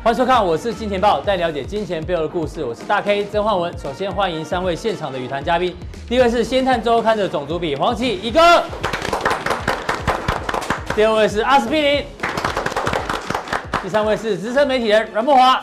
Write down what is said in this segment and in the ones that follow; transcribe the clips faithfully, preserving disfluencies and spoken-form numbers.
欢迎收看，我是金钱豹，带你了解金钱背后的故事。我是大 K 曾焕文。首先欢迎三位现场的语坛嘉宾，第一位是《先探周刊》的总主笔黄启一哥，第二位是阿司匹林，第三位是资深媒体人阮慕骅。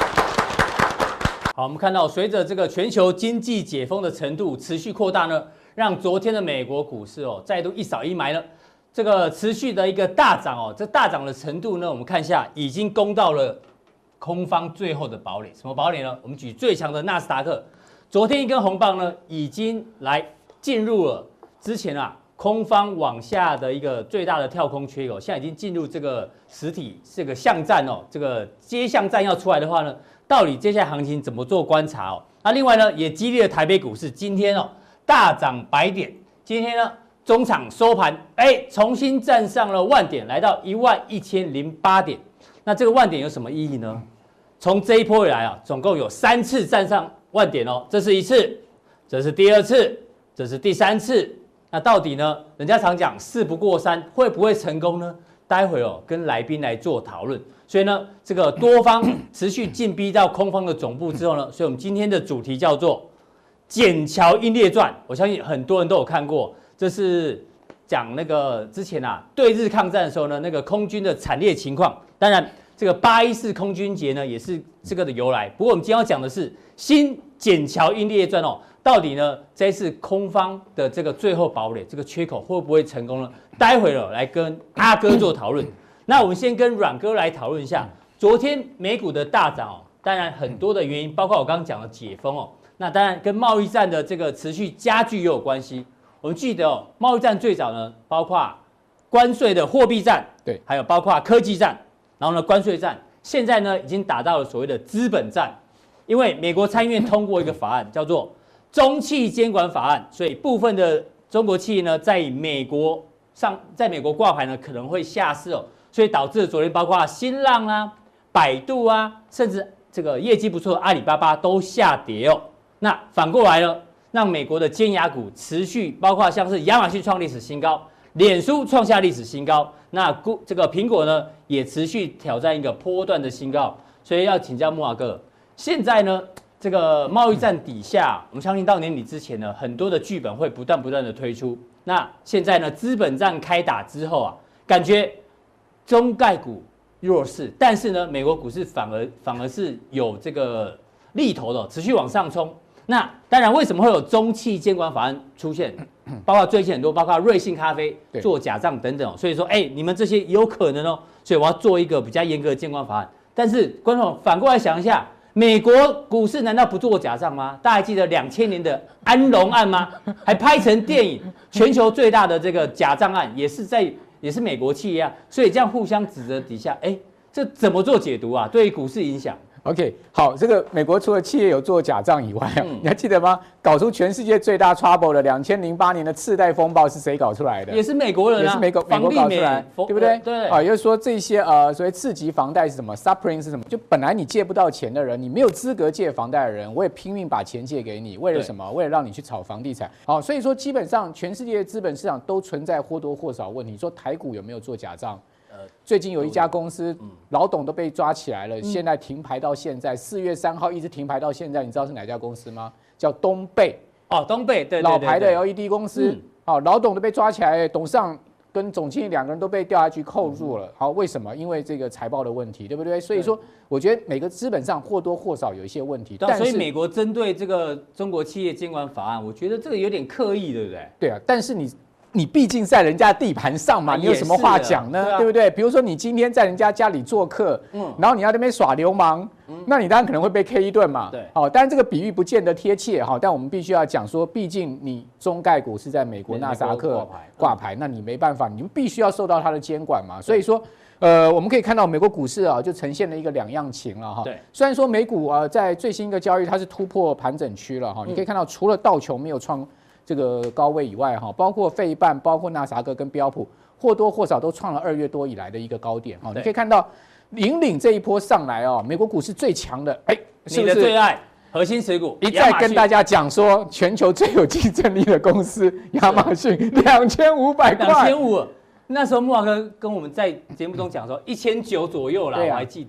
好，我们看到随着这个全球经济解封的程度持续扩大呢，让昨天的美国股市哦再度一扫阴霾了。这个持续的一个大涨哦，这大涨的程度呢，我们看一下，已经攻到了空方最后的堡垒。什么堡垒呢？我们举最强的纳斯达克，昨天一根红棒呢，已经来进入了之前啊空方往下的一个最大的跳空缺口，现在已经进入这个实体这个巷战哦，这个接巷战要出来的话呢，到底接下来行情怎么做观察哦？那另外呢，也激励了台北股市今天哦大涨百点，今天呢。中场收盘，哎，重新站上了万点，来到一万一千零八点。那这个万点有什么意义呢？从这一波以来啊，总共有三次站上万点哦。这是一次，这是第二次，这是第三次。那到底呢？人家常讲事不过三，会不会成功呢？待会哦，跟来宾来做讨论。所以呢，这个多方持续进逼到空方的总部之后呢，所以我们今天的主题叫做《笕桥英烈传》，我相信很多人都有看过。这是讲那个之前啊对日抗战的时候呢，那个空军的惨烈情况。当然，这个八一四空军节呢也是这个的由来。不过我们今天要讲的是新笕桥英烈传哦，到底呢这一次空方的这个最后堡垒这个缺口会不会成功呢？待会了来跟阿哥做讨论。那我们先跟阮哥来讨论一下昨天美股的大涨哦，当然很多的原因，包括我刚刚讲的解封哦，那当然跟贸易战的这个持续加剧也有关系。我们记得哦，贸易战最早呢，包括关税的货币战， 对， 还有包括科技战，然后呢关税战，现在呢已经打到了所谓的资本战，因为美国参议院通过一个法案，叫做中企监管法案，所以部分的中国企业呢在美国上，在美国挂牌呢可能会下市哦，所以导致昨天包括新浪啊、百度啊，甚至这个业绩不错的阿里巴巴都下跌哦。那反过来呢？让美国的尖牙股持续，包括像是亚马逊创历史新高，脸书创下历史新高，那这个苹果呢也持续挑战一个波段的新高，所以要请教慕骅哥，现在呢这个贸易战底下，我们相信到年底之前呢，很多的剧本会不断不断的推出。那现在呢资本战开打之后啊，感觉中概股弱势，但是呢美国股市反而反而是有这个利头的，持续往上冲。那当然，为什么会有中企监管法案出现？包括最近很多，包括瑞幸咖啡做假账等等，所以说，哎，你们这些有可能哦。所以我要做一个比较严格的监管法案。但是，观众反过来想一下，美国股市难道不做假账吗？大家还记得两千年的安隆案吗？还拍成电影，全球最大的这个假账案，也是在也是美国企业啊。所以这样互相指责底下，哎，这怎么做解读啊？对于股市影响？ OK， 好，这个美国除了企业有做假账以外，啊，嗯、你还记得吗？搞出全世界最大 trouble 的两千零八年的次贷风暴是谁搞出来的？ 也是美国人啊， 也是美国美国搞出来，对不对？ 对啊，也就是说这些呃所谓次级房贷是什么 ？subprime 是什么？就本来你借不到钱的人，你没有资格借房贷的人，我也拼命把钱借给你，为了什么？为了让你去炒房地产。好，所以说基本上全世界的资本市场都存在或多或少问题。你说台股有没有做假账？ 最近有一家公司，老董都被抓起来了，嗯、现在停牌到现在，四月三号一直停牌到现在，你知道是哪家公司吗？叫东贝哦，东贝对， 对， 对， 对， 老牌的 L E D 公司，嗯、好，老董都被抓起来，董事长跟总经理两个人都被调查局扣住了。好，为什么？因为这个财报的问题，对不对？所以说，我觉得每个资本上或多或少有一些问题。 但所以美国针对这个中国企业监管法案，我觉得这个有点刻意，对不对？ 对啊，但是你。 你毕竟在人家地盘上嘛，你有什么话讲呢？ 对，啊、对不对？比如说你今天在人家家里做客，嗯，然后你要在那边耍流氓，嗯，那你当然可能会被 K 一顿嘛。对，好，当然这个比喻不见得贴切哈，但我们必须要讲说，毕竟你中概股是在美国纳斯达克挂牌，那你没办法，你们必须要受到它的监管嘛。所以说，呃，我们可以看到美国股市啊，就呈现了一个两样情了哈。对，虽然说美股啊在最新一个交易它是突破盘整区了哈，你可以看到除了道琼没有创 这个高位以外，哈，包括费半、包括纳斯达克跟标普，或多或少都创了二月多以来的一个高点，哈。你可以看到，引领这一波上来哦，美国股市最强的，哎， 你的最爱核心持股， 一再跟大家讲说，全球最有竞争力的公司亚马逊两千五百块， 两千五。那时候慕骅哥跟我们在节目中讲说一千九左右啦，我还记得。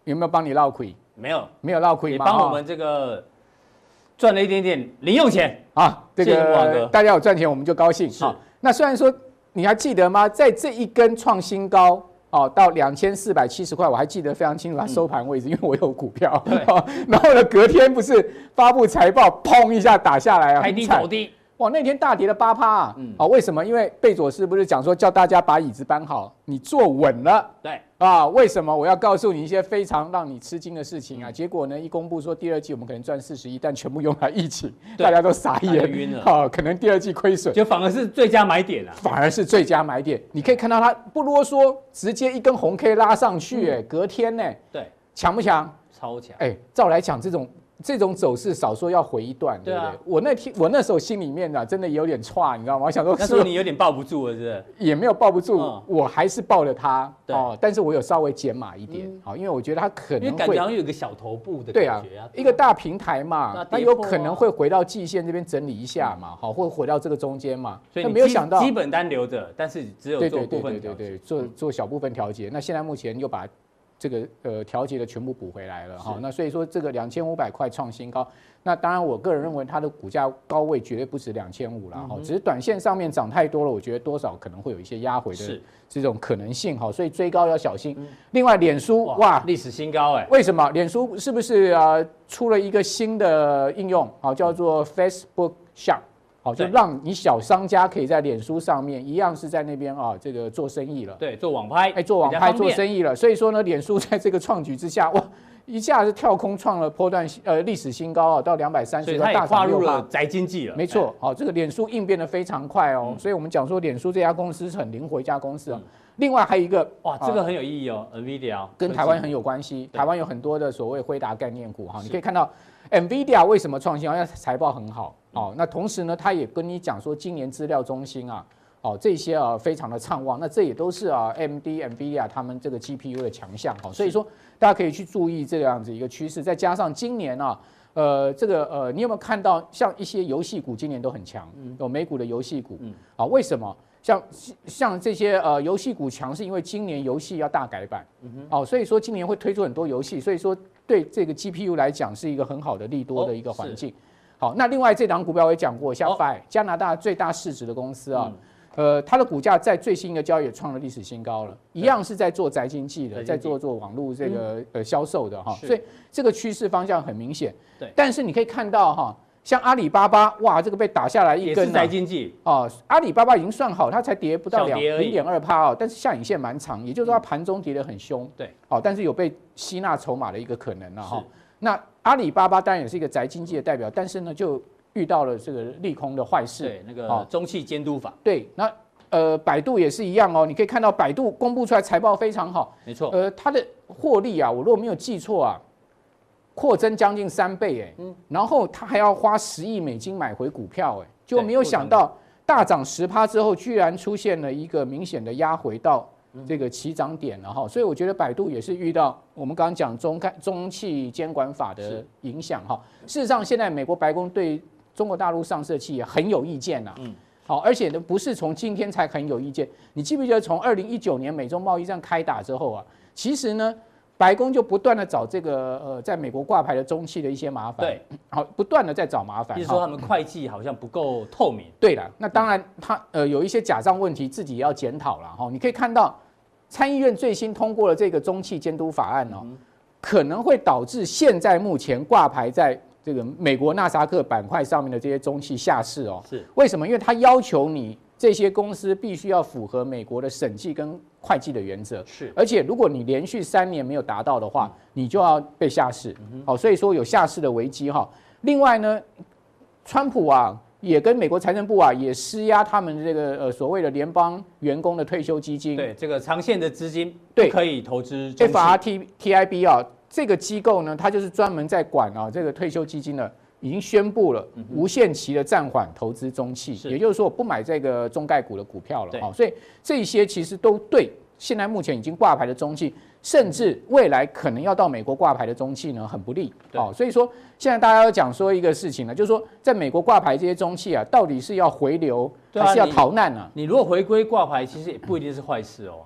有没有帮你绕亏？ 没有， 没有绕亏， 也帮我们这个赚了一点点零用钱啊。这个大家有赚钱，我们就高兴。好，那虽然说你还记得吗？在这一根创新高哦，到两千四百七十块，我还记得非常清楚它收盘位置，嗯、因为我有股票。哦、然后呢，隔天不是发布财报，砰一下打下来啊， 开低走低。 哇，那天大跌了八趴啊！嗯，啊，为什么？因为贝佐斯不是讲说叫大家把椅子搬好，你坐稳了。 对啊，为什么？我要告诉你一些非常让你吃惊的事情啊！结果呢，一公布说第二季我们可能赚四十亿，但全部用来疫情，大家都傻眼， 晕了。 啊，可能第二季亏损， 就反而是最佳买点啊！ 反而是最佳买点。你可以看到它不啰嗦，直接一根红 K 拉上去，哎，隔天呢， 对， 强不强？ 超强！ 哎，照来讲这种。这种走势少说要回一段，对不对？我那天我那时候心里面啊，真的有点差，你知道吗？我想说， 那时候你有点抱不住了，是不是？ 也没有抱不住，我还是抱了它哦。但是我有稍微减码一点，好，因为我觉得它可能会， 因为感觉好像有一个小头部的感觉啊， 对啊，一个大平台嘛，它有可能会回到季线这边整理一下嘛，好，或者回到这个中间嘛。 所以没有想到基本单留着，但是只有做部分调节， 做做小部分调节。那现在目前又把这个呃调节的全部补回来了哈，那所以说这个两千五百块创新高，那当然我个人认为它的股价高位绝对不止两千五了哈，只是短线上面涨太多了，我觉得多少可能会有一些压回的这种可能性哈，所以追高要小心。另外，脸书哇历史新高哎， 为什么？脸书是不是啊出了一个新的应用啊，叫做 Facebook Shop？好，就让你小商家可以在脸书上面一样是在那边啊，这个做生意了。 对，做网拍， 哎，做网拍做生意了。所以说呢，脸书在这个创举之下，哇，一下子跳空创了波段呃历史新高啊，到两百三十， 大跨入了宅经济了。 没错，好，这个脸书应变得非常快哦，所以我们讲说脸书这家公司是很灵活一家公司啊。另外还有一个， 哇，这个很有意义哦 ，NVIDIA 跟台湾很有关系，台湾有很多的所谓辉达概念股哈，你可以看到 NVIDIA 为什么创新，因为财报很好。哦，那同时呢，他也跟你讲说，今年资料中心啊，哦这些啊非常的畅旺，那这也都是啊 A M D、NVIDIA 他们这个 G P U 的强项，好，所以说大家可以去注意这样子一个趋势，再加上今年啊，呃这个呃你有没有看到像一些游戏股今年都很强，有美股的游戏股，啊为什么？像像这些呃游戏股强，是因为今年游戏要大改版，哦所以说今年会推出很多游戏，所以说对这个 G P U 来讲是一个很好的利多的一个环境。好，那另外这档股票我也讲过，像 F I 加拿大最大市值的公司啊，呃，它的股价在最新的交易也创了历史新高了，一样是在做宅经济的，在做做网络这个呃销售的哈，所以这个趋势方向很明显。对，但是你可以看到哈，像阿里巴巴，哇，这个被打下来一根， 也是宅经济哦，阿里巴巴已经算好，它才跌不到两零点二趴哦，但是下影线蛮长，也就是说它盘中跌得很凶，对，哦，但是有被吸纳筹码的一个可能了哈。那阿里巴巴当然也是一个宅经济的代表，但是呢，就遇到了这个利空的坏事。 对，那个中企监督法。 对，那呃，百度也是一样哦。你可以看到百度公布出来财报非常好， 没错。 呃，它的获利啊，我如果没有记错啊，扩增将近三倍哎。嗯。然后它还要花十亿美金买回股票哎，就没有想到大涨十趴之后，居然出现了一个明显的压回到这个起涨点了哈，所以我觉得百度也是遇到我们刚刚讲中中企监管法的影响哈。事实上，现在美国白宫对中国大陆上市的企业很有意见呐，嗯，好，而且呢不是从今天才很有意见。你记不记得从二零一九年美中贸易战开打之后啊，其实呢白宫就不断的找这个呃在美国挂牌的中企的一些麻烦，对，好，不断的在找麻烦， 比如说他们会计好像不够透明。 对了，那当然他呃有一些假账问题自己也要检讨了哈。你可以看到。参议院最新通过了这个中企监督法案哦，可能会导致现在目前挂牌在这个美国纳斯达克板块上面的这些中企下市哦。是为什么？因为它要求你这些公司必须要符合美国的审计跟会计的原则。是，而且如果你连续三年没有达到的话，你就要被下市。好，所以说有下市的危机哈。另外呢，川普啊。也跟美国财政部啊，也施压他们这个呃所谓的联邦员工的退休基金， 对这个长线的资金不可以投资。 F R T T I B 啊，这个机构呢，它就是专门在管啊这个退休基金的，已经宣布了无限期的暂缓投资中企，也就是说我不买这个中概股的股票了啊。所以这些其实都对现在目前已经挂牌的中企，甚至未来可能要到美国挂牌的中企呢，很不利。哦，所以说现在大家要讲说一个事情呢，就是说在美国挂牌这些中企啊，到底是要回流还是要逃难啊？ 你如果回归挂牌，其实也不一定是坏事哦。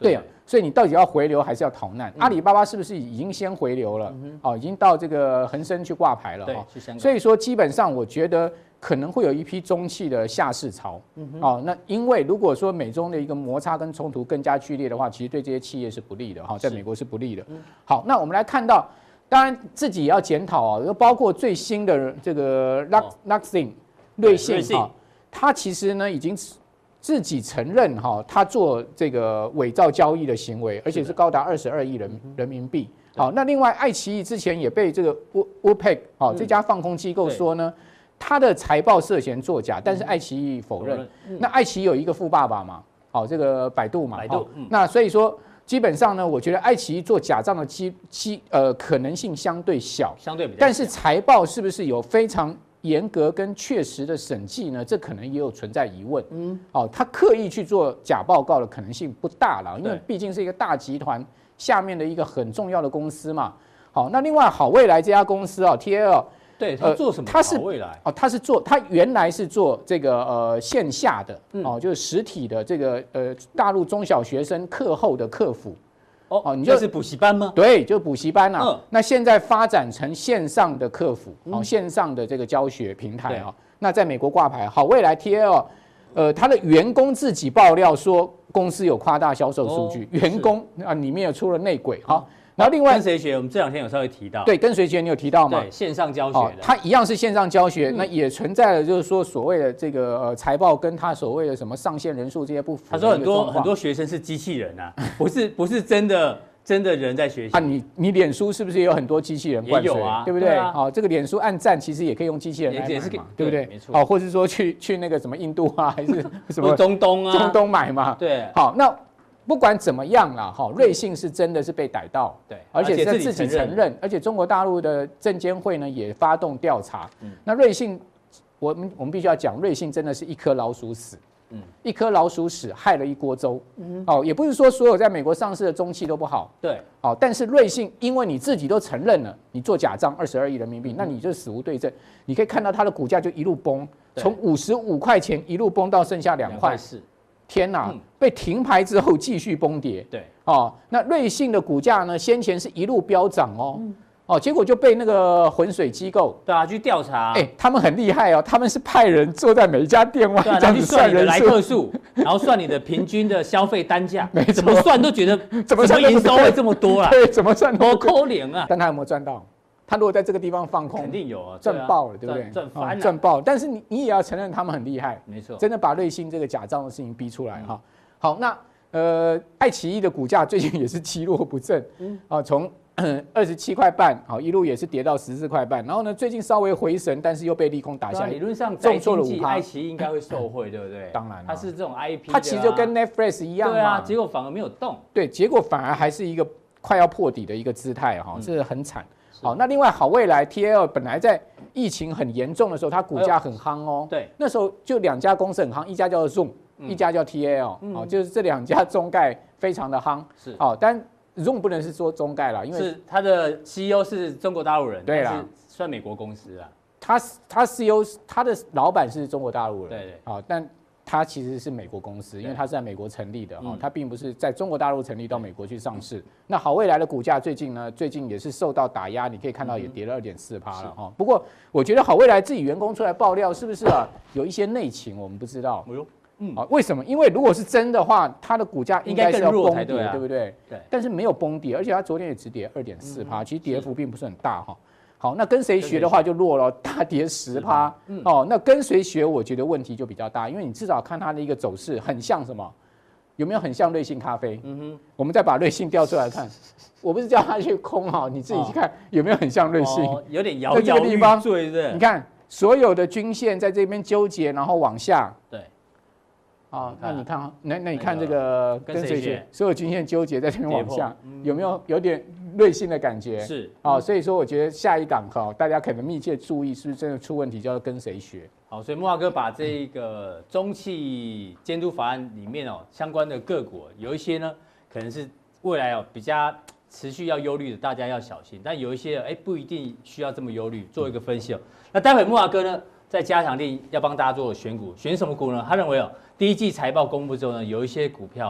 对啊，所以你到底要回流还是要逃难？阿里巴巴是不是已经先回流了？哦，已经到这个恒生去挂牌了哈。所以说基本上我觉得可能会有一批中企的下市潮。哦，那因为如果说美中的一个摩擦跟冲突更加剧烈的话，其实对这些企业是不利的哈，在美国是不利的。好，那我们来看到，当然自己也要检讨啊，就包括最新的这个 Luxin 瑞信哈，它其实呢已经自己承认哈，他做这个伪造交易的行为，而且是高达二十二亿人人民币。好，那另外爱奇艺之前也被这个 O P E C 好这家放空机构说呢，他的财报涉嫌作假，但是爱奇艺否认。那爱奇艺有一个富爸爸嘛，好这个百度嘛， 百度。 那所以说基本上呢，我觉得爱奇艺做假账的机机呃可能性相对小， 相对比较小。 但是财报是不是有非常严格跟确实的审计呢，这可能也有存在疑问。嗯，哦，他刻意去做假报告的可能性不大了，因为毕竟是一个大集团下面的一个很重要的公司嘛。好，那另外好未来这家公司啊 ，T A L， 对，他做什么？ 它是好未来哦，它是做，它原来是做这个呃线下的哦，就是实体的这个呃大陆中小学生课后的课辅。 哦，你就是补习班吗？ 对，就补习班啊。嗯、那现在发展成线上的课辅，哦、嗯，线上的这个教学平台啊。那在美国挂牌，好未来 T L， 呃，他的员工自己爆料说公司有夸大销售数据，哦、员工啊里面有出了内鬼。好，然后另外跟谁学？我们这两天有稍微提到。 对，跟谁学？你有提到吗？ 对，线上教学的。 它一样是线上教学，嗯、那也存在了，就是说所谓的这个呃财报跟他所谓的什么上线人数这些不符。 他说很多很多学生是机器人啊，不是不是真的。真的人在学习啊，你你脸书是不是也有很多机器人灌水？ 也有啊， 对不对？好、啊哦，这个脸书按赞其实也可以用机器人来买嘛，对不对？ 没错。 好、哦，或是说去去那个什么印度啊，还是什么中东啊， 中东买嘛。 对。 好，那不管怎么样啦，哈、哦，瑞信是真的是被逮到， 对， 而且是自己承认，而且中国大陆的证监会呢也发动调查。嗯、那瑞信，我们我们必须要讲，瑞信真的是一颗老鼠屎。嗯、一颗老鼠屎害了一锅粥。嗯、哦，也不是说所有在美国上市的中企都不好。 对。 哦，但是瑞信，因为你自己都承认了，你做假账二十二亿人民币，嗯、那你就死无对证。你可以看到它的股价就一路崩，从五十五块钱一路崩到剩下两块。 是。 天哪！嗯、被停牌之后继续崩跌。 对。 哦，那瑞信的股价呢，先前是一路飙涨哦。嗯哦，结果就被那个浑水机构对啊去调查， 哎，他们很厉害哦，他们是派人坐在每一家店外， 这样子算你的来客数，然后算你的平均的消费单价， 没错， 怎么算都觉得怎么营收会这么多啦？ 对，怎么算多可怜啊！ 但他有没有赚到？他如果在这个地方放空， 肯定有啊， 赚爆了，对不对？ 赚翻了， 赚爆！但是你你也要承认他们很厉害， 没错， 真的把瑞信这个假账的事情逼出来哈。好，那呃，爱奇艺的股价最近也是起落不振，嗯，啊，从二十七块半，好，一路也是跌到十四块半，然后呢，最近稍微回神，但是又被利空打下来。 理论上，重挫了五趴，爱奇艺应该会受惠，对不对？ 当然， 它是这种 I P， 它其实就跟 Netflix 一样嘛。 对啊，结果反而没有动。 对，结果反而还是一个快要破底的一个姿态哈，这是很惨。好，那另外好未来 T L 本来在疫情很严重的时候，它股价很夯哦。 对， 那时候就两家公司很夯，一家叫做 Zoom，一家叫 T L，哦，就是这两家中概非常的夯。 是， 哦，但 Zoom 不能是说中概啦，因为是他的 C E O 是中国大陆人， 对啦， 算美国公司啊。 他他 C E O 他的老板是中国大陆人， 对对， 好，但他其实是美国公司，因为他是在美国成立的哈，他并不是在中国大陆成立到美国去上市。那好未来的股价最近呢，最近也是受到打压，你可以看到也跌了二点四趴了哈。不过我觉得好未来自己员工出来爆料，是不是啊？有一些内情我们不知道。嗯，啊，为什么？因为如果是真的话，它的股价应该是要崩跌，对不对？对。但是没有崩跌，而且它昨天也只跌二点四趴，其实跌幅并不是很大哈。好，那跟谁学的话就弱了，大跌十趴。哦，那跟谁学？我觉得问题就比较大，因为你至少看它的一个走势，很像什么？有没有很像瑞幸咖啡？嗯哼。我们再把瑞幸调出来看，我不是叫他去空哈，你自己去看有没有很像瑞幸？ 哦，有点摇摇欲坠，对。 你看所有的均线在这边纠结，然后往下。 对。 啊，那你看啊，那那你看这个跟谁学？所有均线纠结在这边往下，有没有有点瑞幸的感觉？ 是啊，所以说我觉得下一档哈，大家可能密切注意，是不是真的出问题，就要跟谁学？ 好，所以木华哥把这个中企监督法案里面哦相关的个股有一些呢，可能是未来哦比较持续要忧虑的，大家要小心。但有一些哎不一定需要这么忧虑，做一个分析哦。那待会木华哥呢？在加强力要帮大家做选股，选什么股呢？他认为哦，第一季财报公布之后呢，有一些股票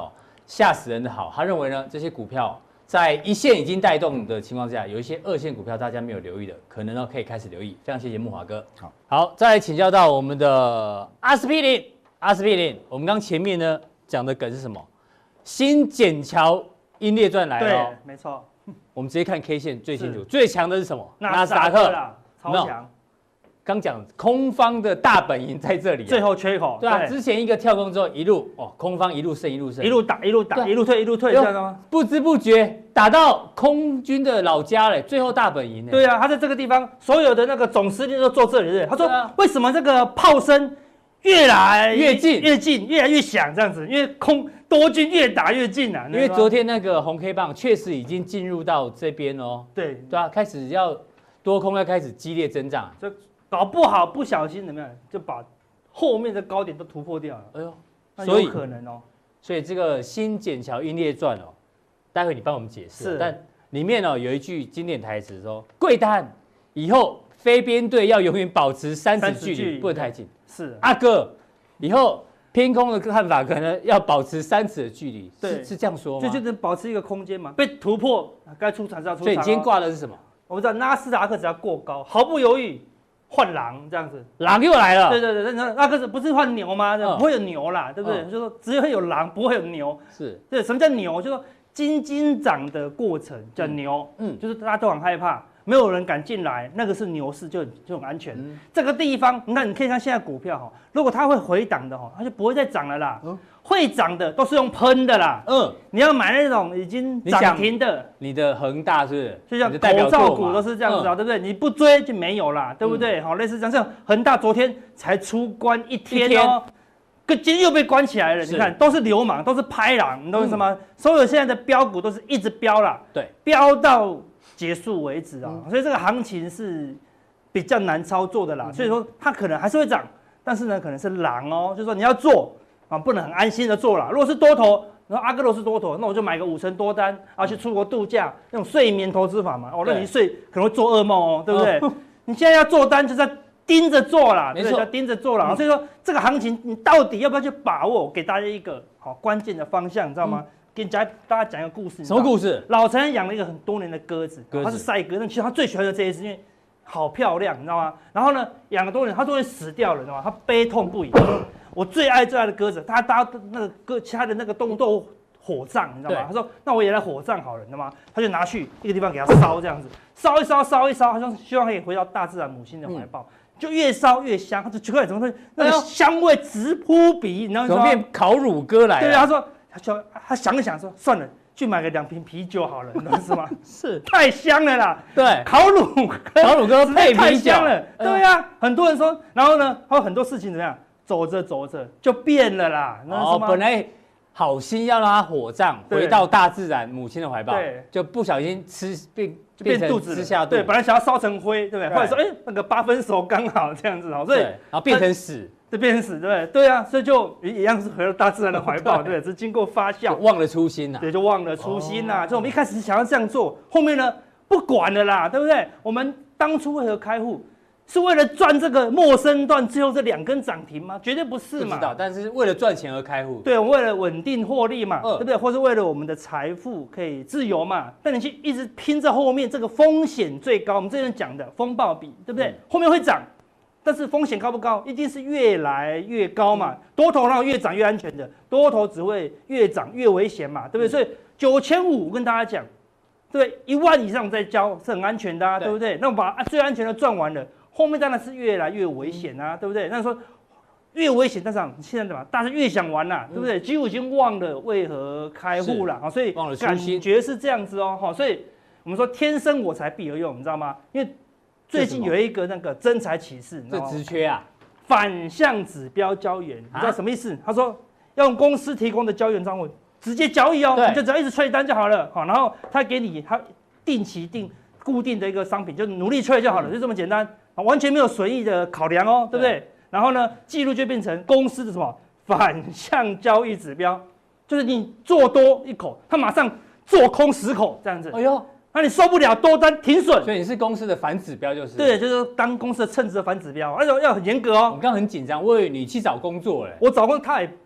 吓死人的好，他认为呢这些股票在一线已经带动的情况下，有一些二线股票大家没有留意的，可能呢可以开始留意。非常谢谢木华哥。好，好，再来请教到我们的阿司匹林，阿司匹林，我们刚前面呢讲的梗是什么？新笕桥英列传来了、哦， 对，没错。 我们直接看 K 线最清楚，最强的是什么？ 纳斯达克啦，超强。 刚讲空方的大本营在这里、啊， 最后缺口。 对啊，之前一个跳空之后一路哦，空方一路胜一路胜， 一路打一路打一路退一路退，知道吗？ 不知不觉打到空军的老家了，最后大本营。 对啊，他在这个地方，所有的那个总司令都坐这里，对。他说、啊、为什么这个炮声越来越近， 越近，越来越响这样子？因为空多军越打越近啊。 因为昨天那个红 K 棒确实已经进入到这边哦。 对对啊，开始要多空要开始激烈增长。 这搞不好不小心怎么样，就把后面的高点都突破掉了。哎呦，那有可能哦。 所以这个新笕桥英列传哦，待会你帮我们解释。是，但里面哦有一句经典台词说：“贵丹，以后非编队要永远保持三尺距离，不能太近。” 是， 阿哥，以后偏空的看法可能要保持三尺的距离。对，是, 是这样说吗？ 就就是保持一个空间嘛，被突破该出场是要出场、哦。 所以今天挂的是什么？ 我们知道纳斯达克只要过高，毫不犹豫。换狼这样子， 狼又来了。 对对对，那那个不是换牛吗？嗯、不会有牛啦，对不对？嗯、就说只会有狼，不会有牛。是，对，什么叫牛？就说金金涨的过程叫牛，嗯，就是大家都很害怕，没有人敢进来，那个是牛市就就很安全。嗯、这个地方，你看，你可以看现在股票哈，如果它会回档的哈，它就不会再涨了啦。嗯会涨的都是用喷的啦，嗯，你要买那种已经涨停的， 你的恒大是不是？ 就像口罩股都是这样子啊，嗯、对不对？你不追就没有啦，对不对？好、嗯，类似这样，像恒大昨天才出关一天哦，跟今天又被关起来了，你看都是流氓，都是拍狼，你懂什么？嗯、所有现在的标股都是一直飙啦， 对， 飙到结束为止啊，嗯、所以这个行情是比较难操作的啦，嗯、所以说它可能还是会涨，但是呢，可能是狼哦，就是说你要做。啊，不能很安心的做了。如果是多头，然后阿哥罗是多头，那我就买个五成多单，然后去出国度假，那种睡眠投资法嘛。哦，那你一睡可能会做噩梦哦，对不对？哦、你现在要做单，就是要盯着做啦，没错，要盯着做啦。嗯、所以说这个行情，你到底要不要去把握？给大家一个好关键的方向，你知道吗？嗯、给大家大家讲一个故事。 什么故事？ 老陈养了一个很多年的鸽子，鸽子它是赛鸽，那其实他最喜欢的这一只，因为好漂亮，你知道吗？然后呢，养了多年，他终于死掉了，你知道吗？他悲痛不已。我最爱最爱的鸽子，他搭那个鸽，其他的那个动物都火葬，你知道吗？他说：“那我也来火葬好了，你知道吗？”他就拿去一个地方给它烧，这样子烧一烧，烧一烧，好像希望可以回到大自然母亲的怀抱，嗯、就越烧越香。他就奇怪怎么会那个香味直扑鼻，你知道吗？ 怎么变烤乳鸽来了？ 对，他说他就他想一想说算了。去买个两瓶啤酒好了，你知道是吗？ 是太香了啦！ 对， 烤乳烤乳鸽配啤酒了。对呀、啊，很多人说，然后呢，还有很多事情怎么样？走着走着就变了啦。 哦，本来好心要让它火葬，回到大自然母亲的怀抱，对，就不小心吃变就变肚子吃下肚。 对，本来想要烧成灰，对不对？或者说，哎，那个八分熟刚好这样子哦，所以然后变成屎。 就变成死，对不对？对啊，所以就一样是回到大自然的怀抱，对不对？只是经过发酵， 忘了初心呐、啊， 对，就忘了初心呐、啊。就、哦、我们一开始想要这样做，后面呢不管了啦，对不对？我们当初为何开户，是为了赚这个陌生段最后这两根涨停吗？绝对不是嘛。 不知道，但是为了赚钱而开户， 对，我们为了稳定获利嘛，嗯、对不对？或是为了我们的财富可以自由嘛？但你去一直拼着后面这个风险最高，我们之前讲的风暴比，对不对？嗯、后面会涨。但是风险高不高？一定是越来越高嘛。多头让越涨越安全的，多头只会越涨越危险嘛，对不对？所以九千五，我跟大家讲，对，一万以上再交是很安全的、啊，对不对？那我把最安全的赚完了，后面当然是越来越危险啊，对不对？那说越危险，但是现在怎么？大家越想玩啦、啊，对不对？几乎已经忘了为何开户了啊，所以感觉是这样子哦，哈，所以我们说天生我材必有用，你知道吗？因为最近有一个那个真才启示， 这职缺啊， 反向指标交易员，你知道什么意思？他说要用公司提供的交易员账户直接交易哦，你就只要一直催单就好了，好，然后他给你他定期定固定的一个商品，就努力催就好了，就这么简单，完全没有损益的考量哦，对不对？然后呢，记录就变成公司的什么反向交易指标，就是你做多一口，他马上做空十口这样子。哎呦。那你受不了多单停损， 所以你是公司的反指标，就是对，就是当公司的称职的反指标，而且要很严格哦。 你刚刚很紧张，我以为你去找工作嘞。 我找工作他也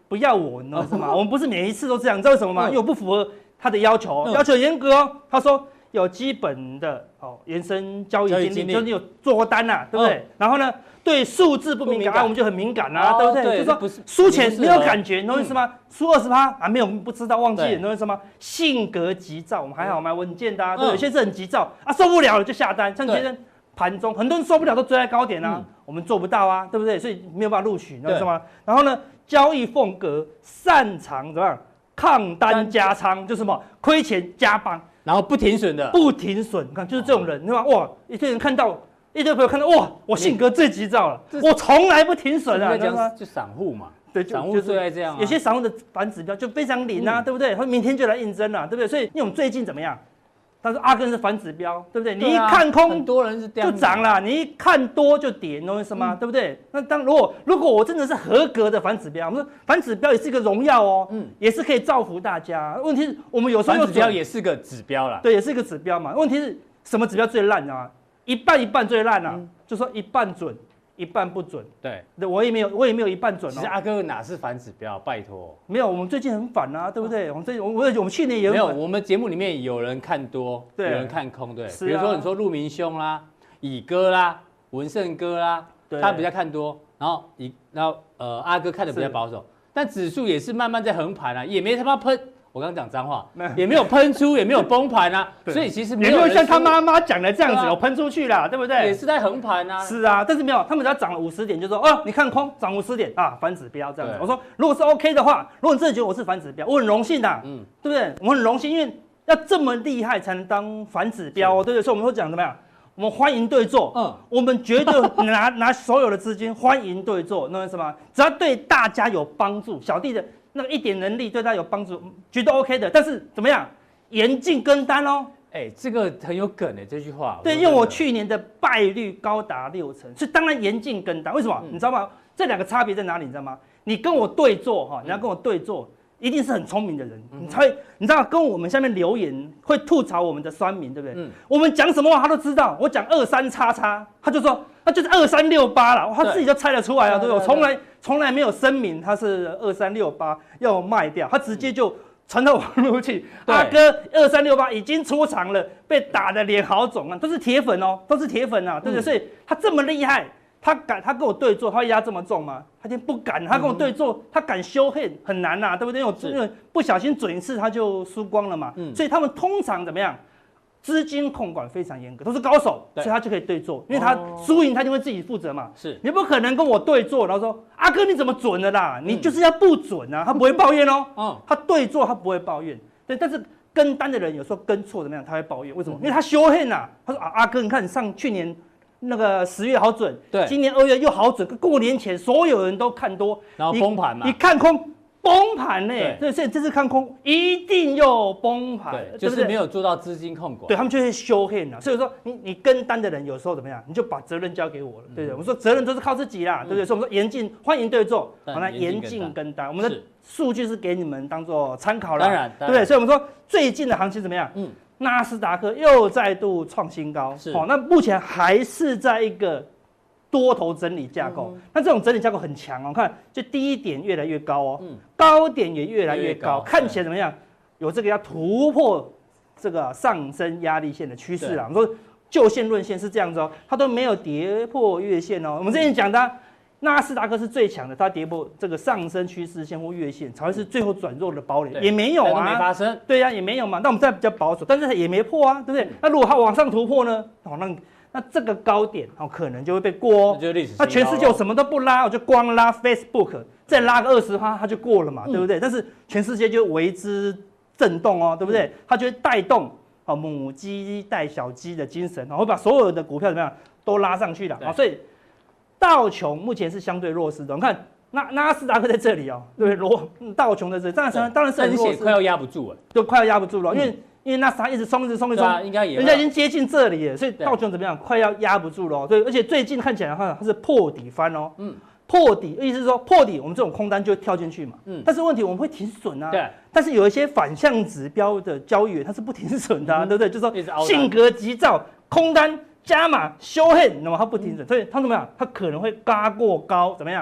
不要我，你知道什么？我们不是每一次都这样，你知道为什么吗？因为我不符合他的要求，要求很严格哦。他说有基本的哦延伸交易经历，就是你有做过单呐，对不对？然后呢，对数字不敏感，我们就很敏感啊，对不对？就是说输钱没有感觉，你懂意思吗？输二十趴啊，没有不知道忘记了，你懂意思吗？性格急躁，我们还好蛮稳健的啊，对，有些是很急躁啊，受不了了就下单，像今天盘中很多人受不了都追在高点啊，我们做不到啊，对不对？所以没有办法录取，你知道吗？然后呢？交易风格擅长怎么样？抗单加仓，就是什么亏钱加帮， 然后不停损的， 不停损。你看，就是这种人，你看哇，一堆人看到，一堆朋友看到，哇，我性格最急躁了，我从来不停损啊， 你知道吗？就散户嘛， 对， 散户最爱这样。 有些散户的反指标就非常灵啊，对不对？他明天就来应征了，对不对？所以，因为我们最近怎么样？他说阿根是反指标，对不对？你一看空， 很多人是就涨了；你一看多就跌，你懂我意思吗？对不对？那当如果如果我真的是合格的反指标，我们说反指标也是一个荣耀哦，嗯，也是可以造福大家。问题是我们有时候反指标也是个指标啦， 对，也是一个指标嘛。问题是什么指标最烂啊？一半一半最烂啊，就说一半准。一半不准， 对， 我也没有，我也没有一半准哦。 其实阿哥哪是反指标？拜托， 没有，我们最近很反啊，对不对？我们最我我我们去年也没有，我们节目里面有人看多，有人看空，对。比如说你说陆明兄啦、乙哥啦、文胜哥啦，他比较看多，然后乙然后呃阿哥看的比较保守，但指数也是慢慢在横盘啊，也没他妈喷。我刚刚讲脏话，也没有喷出，也没有崩盘啊，所以其实也没有像他妈妈讲的这样子有喷出去啦，对不对？ 也是在横盘啊。 是啊，但是没有，他们只要涨了五十点，就说哦，你看空涨五十点啊，反指标这样子。我说如果是 OK 的话，如果你真的觉得我是反指标，我很荣幸的，嗯，对不对？我很荣幸，因为要这么厉害才能当反指标，对不对？所以我们会讲怎么样？我们欢迎对做，嗯，我们绝对拿拿所有的资金欢迎对做，那什么？只要对大家有帮助，小弟的。那个一点能力对他有帮助，绝对 OK 的。但是怎么样，严禁跟单哦。 哎、欸，这个很有梗哎，这句话。 对，因为我去年的败率高达六成，所以当然严禁跟单。为什么？嗯、你知道吗？这两个差别在哪里？你知道吗？你跟我对做哈，你要跟我对做，一定是很聪明的人，嗯、你才会。你知道，跟我们下面留言会吐槽我们的酸民，对不对？嗯、我们讲什么话他都知道。我讲二三叉叉，他就说那就是二三六八了，他自己就猜得出来啊，对不对？我从来。从来没有声明他是二三六八要卖掉，他直接就传到网络去。阿哥二三六八已经出场了，被打的脸好肿啊，都是铁粉哦，都是铁粉啊，对不对？嗯、所以他这么厉害，他敢他跟我对做，他会压这么重吗？他今天不敢，他跟我对做，他敢修黑很难呐、啊，对不对？因为我因为不小心准一次他就输光了嘛，嗯、所以他们通常怎么样？资金控管非常严格，都是高手，所以他就可以对做，因为他输赢他就会自己负责嘛。是，你不可能跟我对做，然后说阿哥你怎么准的啦？你就是要不准啊，他不会抱怨哦。嗯，他对做他不会抱怨，对，但是跟单的人有时候跟错怎么样，他会抱怨，为什么？因为他修恨呐。他说啊，阿哥你看你上去年那个十月好准，对，今年二月又好准，过年前所有人都看多， 然后崩盘嘛， 你看空。崩盘呢？对，所以这次看空一定又崩盘， 对，就是没有做到资金控管， 对他们就会修黑了。所以说，你你跟单的人有时候怎么样，你就把责任交给我了，对不对？我说责任都是靠自己啦，对不对？所以我们说严禁欢迎对做，好，那严禁跟单。我们的数据是给你们当做参考啦， 当然， 对不对？所以我们说最近的行情怎么样？嗯，纳斯达克又再度创新高，好，那目前还是在一个。多头整理架构，嗯、那这种整理架构很强哦。看，就低点越来越高哦，嗯、高点也越来越高，越高看起来怎么样？有这个要突破这个上升压力线的趋势啊。我们说就线论线是这样子哦，它都没有跌破月线哦。我们之前讲的、啊，纳斯达克是最强的，它跌破这个上升趋势线或月线，才会是最后转弱的堡垒，也没有啊， 没发生。 对呀、啊，也没有嘛。那我们再比较保守，但是也没破啊，对不对？嗯、那如果它往上突破呢？好，那。那这个高点哦，可能就会被过哦。那全世界我什么都不拉，我就光拉 Facebook， 再拉个二十趴，它就过了嘛，嗯、对不对？但是全世界就为之震动哦，对不对？嗯、它就会带动哦母鸡带小鸡的精神，然后把所有的股票怎么样都拉上去了啊。所以道琼目前是相对弱势的。我们看纳纳斯达克在这里哦，对不对？罗道琼在这里，当然当然是很弱势， 快要压不住了， 就快要压不住了，因为。嗯因为纳斯达一直冲，一直冲，一直冲， 应该也， 人家已经接近这里了，所以道琼怎么样，快要压不住了、哦。对，而且最近看起来的话，它是破底翻哦。嗯，破底意思是说破底，我们这种空单就会跳进去嘛。嗯，但是问题我们会停损啊。对。但是有一些反向指标的交易员，他是不停损的、啊，嗯、对不对？就是说性格急躁，空单加码修恨，那么他不停损，所以他怎么样？他可能会嘎过高，怎么样？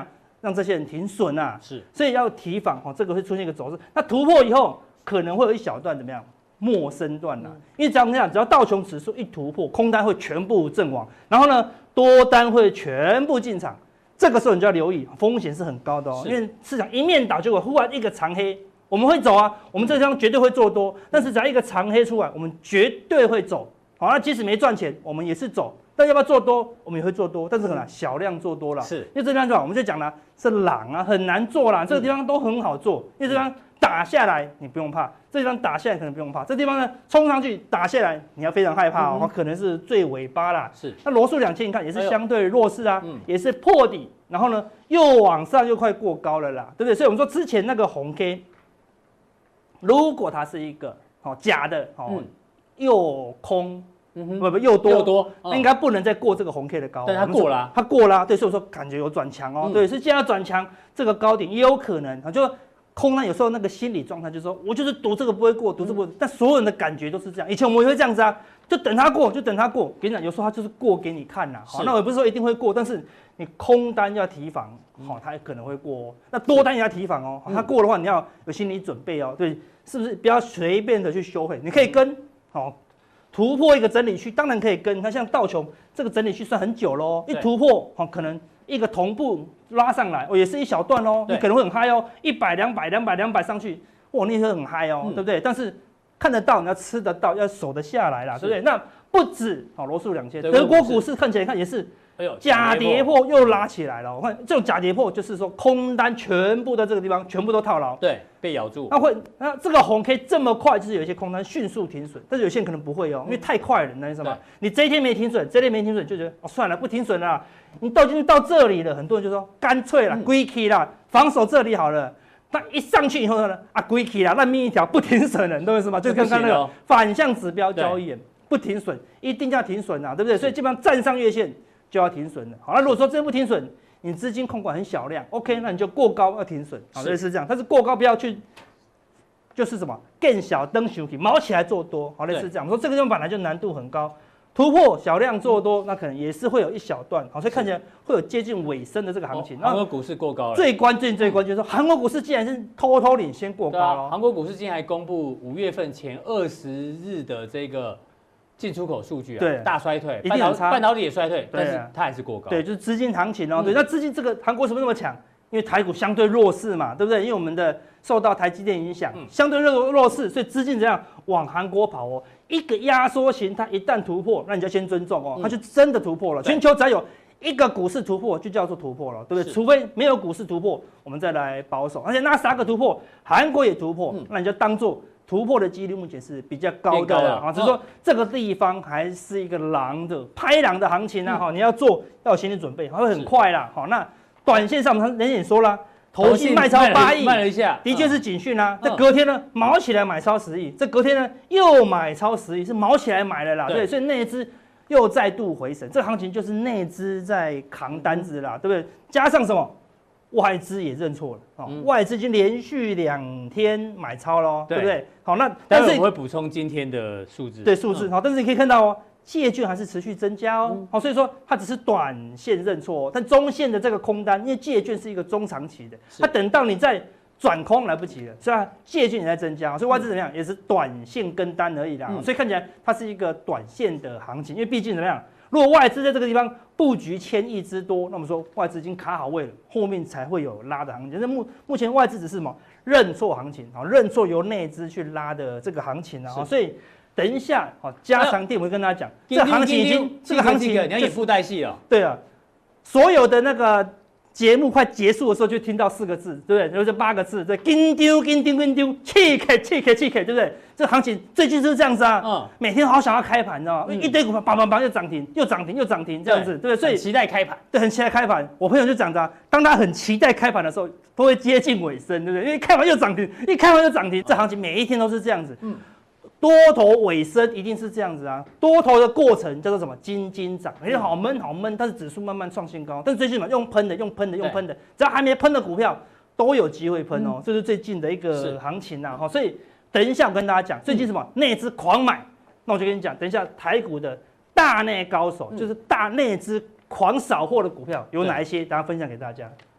让这些人停损啊。 是， 所以要提防哦，这个会出现一个走势。那突破以后，可能会有一小段怎么样？末升段啦、啊，因为这样这样，只要道琼指数一突破，空单会全部阵亡，然后呢，多单会全部进场。这个时候你就要留意，风险是很高的哦，因为市场一面倒，结果忽然一个长黑，我们会走啊，我们这个地方绝对会做多，但是只要一个长黑出来，我们绝对会走。好，那即使没赚钱，我们也是走。但要不要做多？我们也会做多，但是可能小量做多了。 是， 因为这地方我们就讲了，是狼啊，很难做啦。这个地方都很好做，因为这地方打下来你不用怕，这地方打下来可能不用怕，这地方呢冲上去打下来你要非常害怕哦，嗯、可能是最尾巴啦。 是， 那罗素两千你看也是相对弱势啊，哎嗯、也是破底，然后呢又往上又快过高了啦，对不对？所以我们说之前那个红 K， 如果它是一个哦假的哦、嗯、又空。嗯、不不又多又多，那、嗯、应该不能再过这个红 K 的高， 但它过了、啊， 它过了、啊，对，所以说感觉有转强哦，嗯、对，所以既然要转强，这个高点也有可能啊，就空单有时候那个心理状态就是说我就是赌这个不会过，赌这个不会，嗯、但所有人的感觉都是这样，以前我们也会这样子啊，就等它过，就等它过，跟你讲，有时候它就是过给你看呐、啊，好，那我也不是说一定会过，但是你空单要提防，好、哦，它可能会过哦，那多单也要提防哦，它过的话你要有心理准备哦，对，是不是不要随便的去修配，你可以跟好。哦突破一个整理区，当然可以跟。它像道琼这个整理区算很久喽，一突破哦，可能一个同步拉上来，哦，也是一小段哦，你可能会很嗨哦，一百、两百、两百、两百上去，哇，那也很嗨哦，嗯、对不对？但是看得到，你要吃得到，要守得下来啦，对不对？那不止哦，罗素两千，德国股市看起来看也是。哎呦，假跌破又拉起来了。我看这种假跌破，就是说空单全部在这个地方全部都套牢， 对，被咬住。 那会，那这个红 K 这么快，就是有一些空单迅速停损，但是有些人可能不会哦，因为太快了，你知道吗？你这一天没停损，这一天没停损，就觉得哦算了，不停损了。你都已经到这里了，很多人就说干脆了，归 K 啦，防守这里好了。那一上去以后呢，啊归 K 啦，烂命一条，不停损了，你懂我意思吗？就刚刚那个反向指标交易，不停损，一定要停损啊，对不对？所以基本上站上月线。就要停损了。好，那如果说真不停损，你资金控管很小量 ，OK， 那你就过高要停损，好，类似这样。但是过高不要去，就是什么更小灯熊体毛起来做多，好，类似这样。我说这个地方本来就难度很高，突破小量做多，那可能也是会有一小段，好，所以看起来会有接近尾声的这个行情。 韩国股市过高了。 最关键最关键就是说，韩国股市竟然是偷偷领先过高了。 韩国股市今天还公布五月份前二十日的这个。进出口数据啊，对，大衰退， 一定有差， 半导体也衰退，但是它还是过高。 对，就是资金行情哦。对，那资金这个韩国为什么那么强？因为台股相对弱势嘛，对不对？因为我们的受到台积电影响，相对弱弱势，所以资金怎样往韩国跑哦？一个压缩形态一旦突破，那你就先尊重哦，它就真的突破了。全球只要有一个股市突破，就叫做突破了，对不对？除非没有股市突破，我们再来保守。而且纳斯达克突破，韩国也突破，那你就当做。突破的几率目前是比较高的了啊，只是说这个地方还是一个狼的拍狼的行情啊，哈，你要做要有心理准备，会很快啦，好，那短线上人也说了，投信卖超八亿， 卖了一下， 的确是警讯啊，这隔天呢毛起来买超十亿，这隔天呢又买超十亿，是毛起来买了啦，对，所以内资又再度回神，这个行情就是内资在扛单子啦，对不对？加上什么？外资也认错了哦，嗯、外资已经连续两天买超喽，对不对？好，那但是我们会补充今天的数字， 对数字好、嗯，但是你可以看到哦，借券还是持续增加哦，好、嗯，所以说它只是短线认错、哦，但中线的这个空单，因为借券是一个中长期的，它等到你在转空来不及了，所以借券也在增加，所以外资怎么样，也是短线跟单而已啦，嗯、所以看起来它是一个短线的行情，因为毕竟怎么样？如果外资在这个地方布局千亿之多，那么说外资已经卡好位了，后面才会有拉的行情。那目目前外资只是什么认错行情啊，认错由内资去拉的这个行情啊，所以等一下啊，加强店我会跟大家讲，这个行情已经这个行情你要演附带戏了。 对啊，所有的那个节目快结束的时候，就听到四个字，对不对？就是八个字，对，紧丢紧丢紧丢，气开气开气开，对不对？这行情最近就是这样子啊，嗯，每天好想要开盘，你知道吗？嗯、一堆股票梆梆梆又涨停，又涨停，又涨停，这样子，对不对？所以期待开盘， 对，很期待开盘。我朋友就讲着、啊，当他很期待开盘的时候，都会接近尾声，对不对？因为开盘又涨停，一开盘又涨停，这行情每一天都是这样子。嗯。多头尾声一定是这样子啊，多头的过程叫做什么？金金涨，哎，好闷好闷，但是指数慢慢创新高。但是最近嘛，用喷的，用喷的，用喷的，只要还没喷的股票都有机会喷哦，这、嗯、是最近的一个行情呐、啊。哈，所以等一下我跟大家讲，最近什么内资狂买，那我就跟你讲，等一下台股的大内高手，嗯、就是大内资狂扫货的股票有哪一些，等下分享给大家。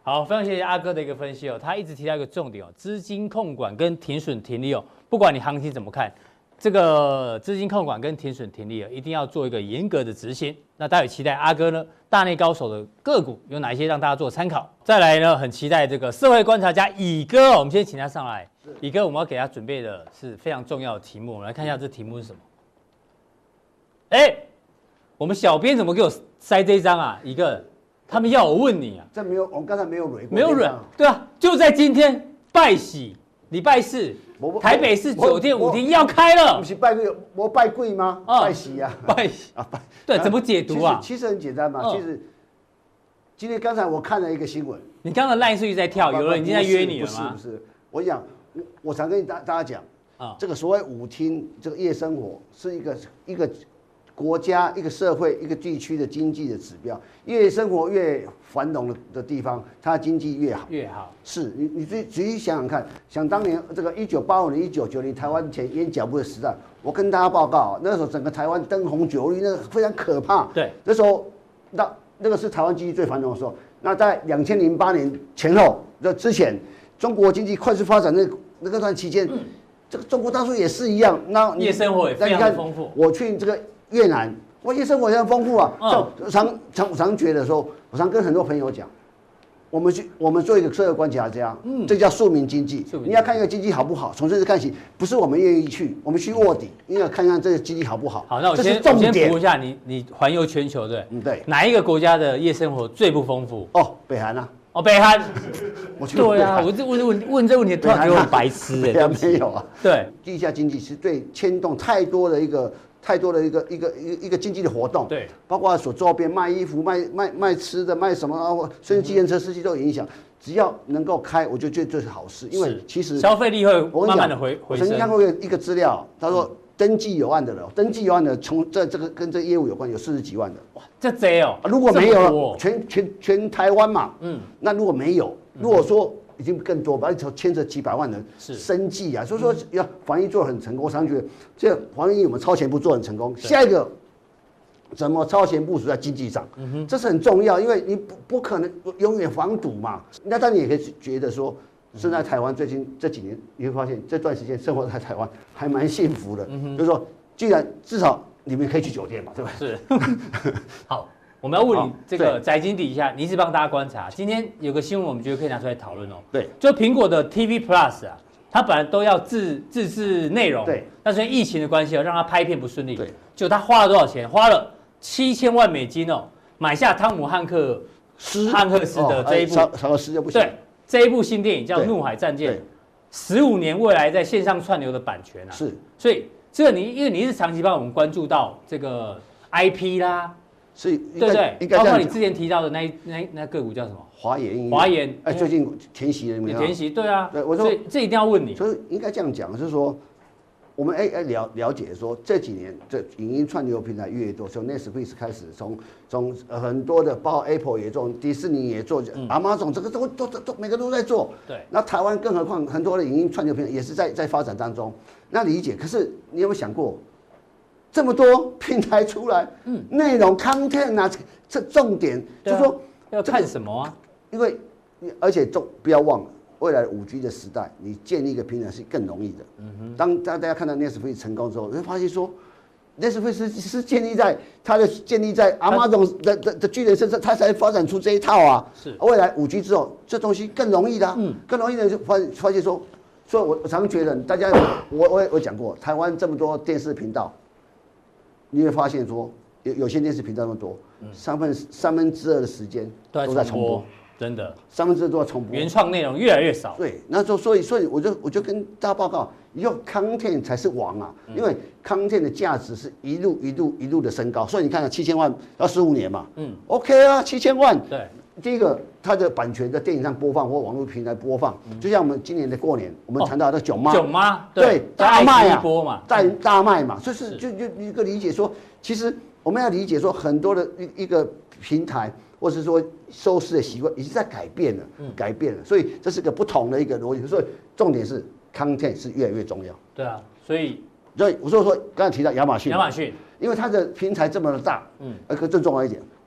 好，非常谢谢阿哥的一个分析哦，他一直提到一个重点哦，资金控管跟停损停利哦，不管你行情怎么看，这个资金控管跟停损停利哦，一定要做一个严格的执行。那大家也期待阿哥呢，大内高手的个股有哪一些让大家做参考？再来呢，很期待这个社会观察家乙哥哦，我们先请他上来。乙哥，我们要给他准备的是非常重要的题目，我们来看一下这题目是什么。哎，我们小编怎么给我塞这一张啊？乙哥。他们要我问你啊， 这没有，我们刚才没有蕊过， 没有蕊，对啊，就在今天拜喜，礼拜四，台北市酒店舞厅要开了， 不是拜贵，我拜贵吗？拜喜啊， 拜喜啊，拜，对，怎么解读啊？ 其实很简单嘛，其实今天刚才我看了一个新闻， 你刚刚赖数据在跳，有人已经在约你了吗？ 不是不是，我讲，我我常跟大大家讲啊，这个所谓舞厅，这个夜生活是一个一个。国家一个社会一个地区的经济的指标，越生活越繁荣的的地方，它的经济越好。 越好是你你仔仔细想想看，想当年这个一九八五年、一九九零台湾前烟脚步的时代，我跟大家报告，那时候整个台湾灯红酒绿，那个非常可怕。 对， 那时候那那个是台湾经济最繁荣的时候。那在两千零八年前后的之前，中国经济快速发展那那个段期间，嗯、这个中国大陆也是一样。那夜生活也非常的丰富。 我去这个。越南，哇，夜生活也很丰富啊！像我常常我常觉得说，我常跟很多朋友讲，我们去我们做一个社会观察家，嗯，这叫庶民经济。你要看一个经济好不好，从这次看起，不是我们愿意去，我们去卧底，因为看看这个经济好不好。 好，那我先我先补一下，你你环游全球对？ 嗯，对。 哪一个国家的夜生活最不丰富？ 哦，北韩啊。 哦，北韩。 我去。 对啊，我这问问问这问题，突然给我白痴哎， 对没有啊。 对， 地下经济是对牵动太多的一个。太多的一个一个一个一个经济的活动， 对， 包括所周边卖衣服、卖卖卖吃的、卖什么啊，甚至计程车司机都有影响。只要能够开，我就觉得这是好事，因为其实消费力会慢慢的回回升。 我曾经看过一个一个资料，他说登记有案的人，登记有案的从这这个跟这业务有关，有四十几万的。 哇，这贼哦！ 如果没有全全全台湾嘛，嗯，那如果没有，如果说。已经更多，而且牵扯几百万人生计啊，所以说要防疫做得很成功。我常觉得这防疫我们超前部做得很成功。下一个怎么超前部署在经济上，嗯、这是很重要，因为你不不可能永远防堵嘛。那当然也可以觉得说，现在台湾最近这几年，你会发现这段时间生活在台湾还蛮幸福的，嗯、就是说，既然至少你们可以去酒店嘛，对吧？ 是，好。我们要问你这个宅经底下，你一直帮大家观察。今天有个新闻，我们觉得可以拿出来讨论哦。 对， 就苹果的 T V Plus 啊，它本来都要自自制内容， 对， 但是因为疫情的关系哦，让它拍片不顺利。对，就他花了多少钱？花了七千万美金哦，买下汤姆汉克斯汉克斯的这一部， 少少了十就不行。 对，这一部新电影叫《怒海战舰》，十五年未来在线上串流的版权啊。 是， 所以这个你因为你是长期帮我们关注到这个 I P 啦。 是， 对对，包括你之前提到的那那那个股叫什么？ 华研。 华研， 哎，最近填息了没有？ 填息，对啊。 对，我说这一定要问你。 所以应该这样讲，就是说，我们哎哎了了解说，这几年这影音串流平台越来越多，从 Netflix 开始，从从很多的，包括 Apple 也做，迪士尼也做，Amazon 这个都都都每个都在做。 对。 那台湾更何况很多的影音串流平台也是在在发展当中，那理解。可是你有没有想过？这么多平台出来，嗯，内容 content 啊，这重点就是说要看什么啊？ 因为，而且重不要忘了，未来五 G 的时代，你建立一个平台是更容易的。嗯哼。当大家看到 Netflix 成功之后，你会发现说 ，Netflix 是是建立在它的建立在 Amazon 的的的巨人身上，它才发展出这一套啊。是。未来五 G 之后，这东西更容易的，嗯，更容易的就发发现说，所以我我常觉得大家，我我我讲过，台湾这么多电视频道。你会发现说，有有些电视频道那么多，三分三分之二的时间都在重播， 真的， 三分之二都在重播， 原创内容越来越少。 对，那就所以所以我就我就跟大家报告，以后 content 才是王啊，因为 content 的价值是一路一路一路的升高，所以你看看七千万要十五年嘛，嗯 ，OK 啊，七千万， 对， 第一个它的版权在电影上播放或网络平台播放，就像我们今年的过年，我们谈到的囧妈， 囧妈， 对，大卖啊， 播嘛， 大大卖嘛，所以是就就一个理解说，其实我们要理解说，很多的一一个平台或是说收视的习惯已经在改变了，改变了，所以这是个不同的一个逻辑，所以重点是 content 是越来越重要。 对啊，所以所以我说说刚才提到亚马逊， 亚马逊， 因为它的平台这么的大，嗯，而更重要一点。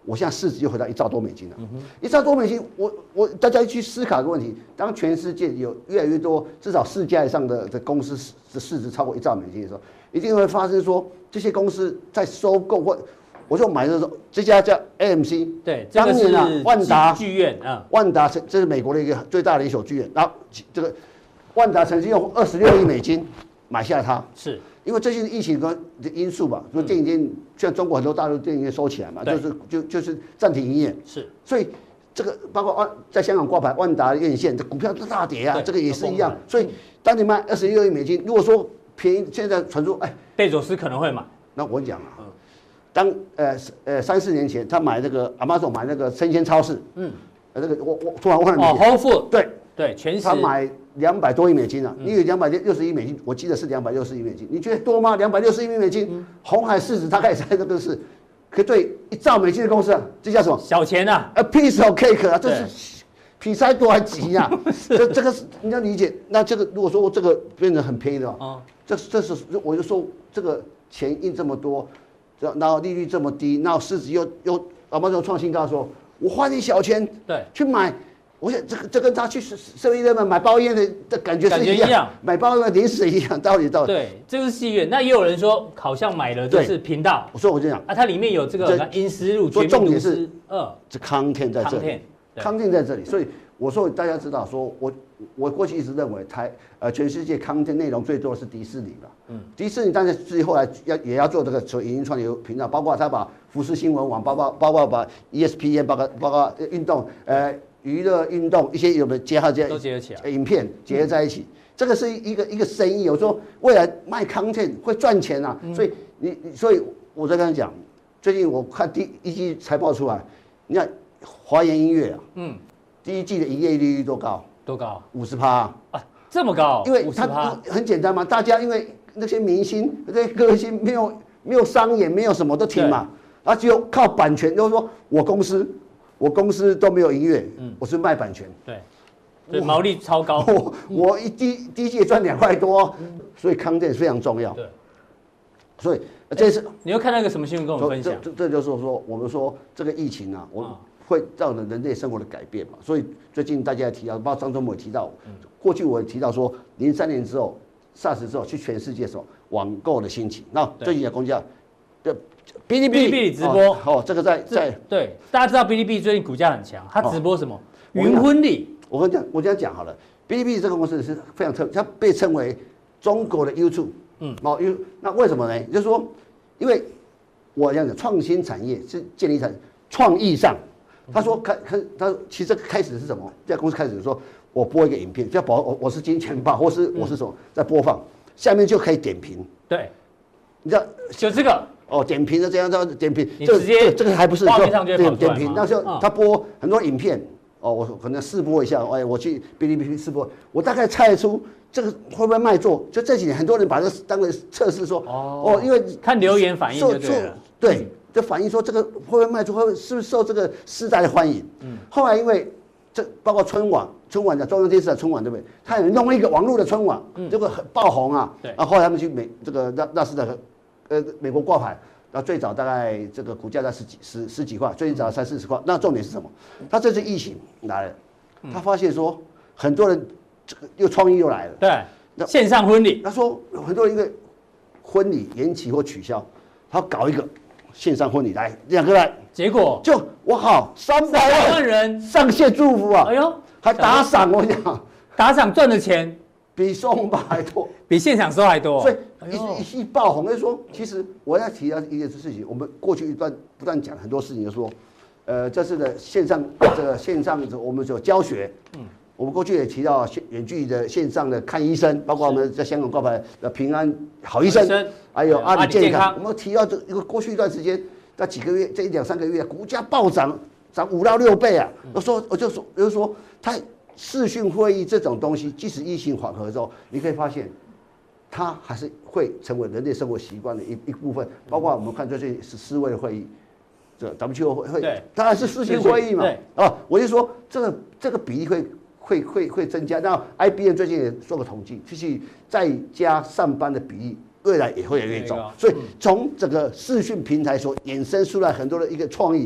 我现在市值又回到一兆多美金了。嗯、一兆多美金，我我大家去思考一个问题：当全世界有越来越多至少四家以上的的公司的市值超过一兆美金的时候，一定会发生说这些公司在收购或我就买的时候，这家叫 A M C， 对，当年啊，万达剧院啊， 万达这是美国的一个最大的一所剧院，然后这个万达曾经用二十六亿美金买下它， 是。 因为最近疫情的因素吧，说电影院像中国很多大陆电影院收起来嘛，就是就就是暂停营业， 是， 所以这个包括万在香港挂牌万达院线，这股票都大跌啊，这个也是一样。所以当你卖二十六亿美金，如果说便宜，现在传出哎， 贝佐斯可能会买。 那我讲啊，当呃呃三四年前他买那个 Amazon 买那个生鲜超市，嗯，呃那个我我突然忘了哦 ，Whole Food， 对对，全食他买。两百多亿美金啊！你有两百六十亿美金，我记得是两百六十亿美金，你觉得多吗？两百六十亿美金，鸿海市值大概在那个是，可对一兆美金的公司啊，这叫什么？ 小钱啊 ，a piece of cake 啊，这是比塞多还急啊！这这个是你要理解。那这个如果说这个变得很便宜的话，这这是我就说这个钱印这么多，然后利率这么低，然后市值又又啊，马上创新高的时候，我花点小钱对去买。我想这个这跟他去seven eleven买包烟的的感觉是一样，一样买包烟零食一样，道理道理。 对，这是戏院。那也有人说，好像买了就是频道。 我说我就讲啊，它里面有这个阴思路， 所以重点是， 嗯， 这 content 在这里 ，content 在这里。所以我说大家知道，说我我过去一直认为台呃全世界 content 内容最多的是迪士尼吧。嗯，迪士尼但是自己后来要也要做这个所影音串流频道，包括他把福斯新闻网，包括包括把 E S P N， 包括包括运动呃。娱乐运动一些有没有结合在都结合起来， 影片结合在一起，嗯、这个是一个一个生意。有时候未来卖 content 会赚钱啊，嗯、所以你所以我在跟他讲，最近我看第一季财报出来，你看华研音乐啊，嗯，第一季的营业利率多高？ 多高？ 五十趴啊， 这么高？ 因为它很简单嘛，大家因为那些明星、那些歌星没有没有商演，没有什么都停嘛，然后只有靠版权，就是说我公司。我公司都没有音乐，嗯，我是卖版权， 对，对，毛利超高。 我我一第第一季赚两块多，所以content非常重要。 对， 所以这次你又看到一个什么新闻跟我们分享？ 这这就是说，我们说这个疫情啊，我会造成人类生活的改变嘛。所以最近大家也提到，包括张忠谋也提到，过去我也提到说，零三年之后 SARS 之后，去全世界的时候，网购的兴起。那最近也公价的。 哔哩哔哩直播哦，这个在在对大家知道哔哩哔哩最近股价很强，它直播什么云婚礼？ 我跟你讲，我这样讲好了，哔哩哔哩这个公司是非常特别，它被称为中国的 YouTube。嗯，哦，因那为什么呢？就是说，因为我这样讲，创新产业是建立在创意上。他说开开，他其实开始是什么？这家公司开始说，我播一个影片，叫保我我是金钱豹，或是我是什么在播放，下面就可以点评。 对， 你知道就这个。 哦，点评的这样，这样点评， 你直接这个还不是画面上就会跑出来点评，那时候他播很多影片，哦，我可能试播一下，哎，我去哔哩哔哩试播，我大概猜得出这个会不会卖座。就这几年很多人把这当成测试说，哦，因为看留言反应就对了， 对，就反映说这个会不会卖座，会不会是不是受这个时代的欢迎？嗯，后来因为这包括春晚，春晚的中央电视的春晚对不对？他也弄一个网络的春晚，这个很爆红啊，对，然后后来他们去美这个纳纳斯达克。呃，美国挂牌，然后最早大概这个股价在十几十十几块，最近涨三四十块。那重点是什么？他这次疫情来了，他发现说很多人这个又创意又来了。 对，线上婚礼。 他说很多人因为婚礼延期或取消，他搞一个线上婚礼来两个来， 结果就我靠，三百万人上线祝福啊！ 哎呦， 还打赏，我讲打赏赚的钱。 比收红包还多， 比现场收还多， 所以一一爆红。就是说，其实我要提到一件事情，我们过去一段不断讲很多事情，就是说，呃，这次的线上这个线上我们有教学，嗯，我们过去也提到远距离的线上的看医生，包括我们在香港挂牌的平安好医生，还有阿里健康，我们提到这一个过去一段时间，那几个月，这一两三个月，股价暴涨，涨五到六倍啊！我说，我就说，就是说，它。视讯会议这种东西，即使疫情缓和之后，你可以发现，它还是会成为人类生活习惯的一一部分。包括我们看最近是世卫的会议，这 W H O 会会，当然是视讯会议嘛。啊，我就说这个这个比例会会会会增加。那 I B M 最近也做个统计，就是在家上班的比例未来也会越来越重。所以从整个视讯平台所衍生出来很多的一个创意。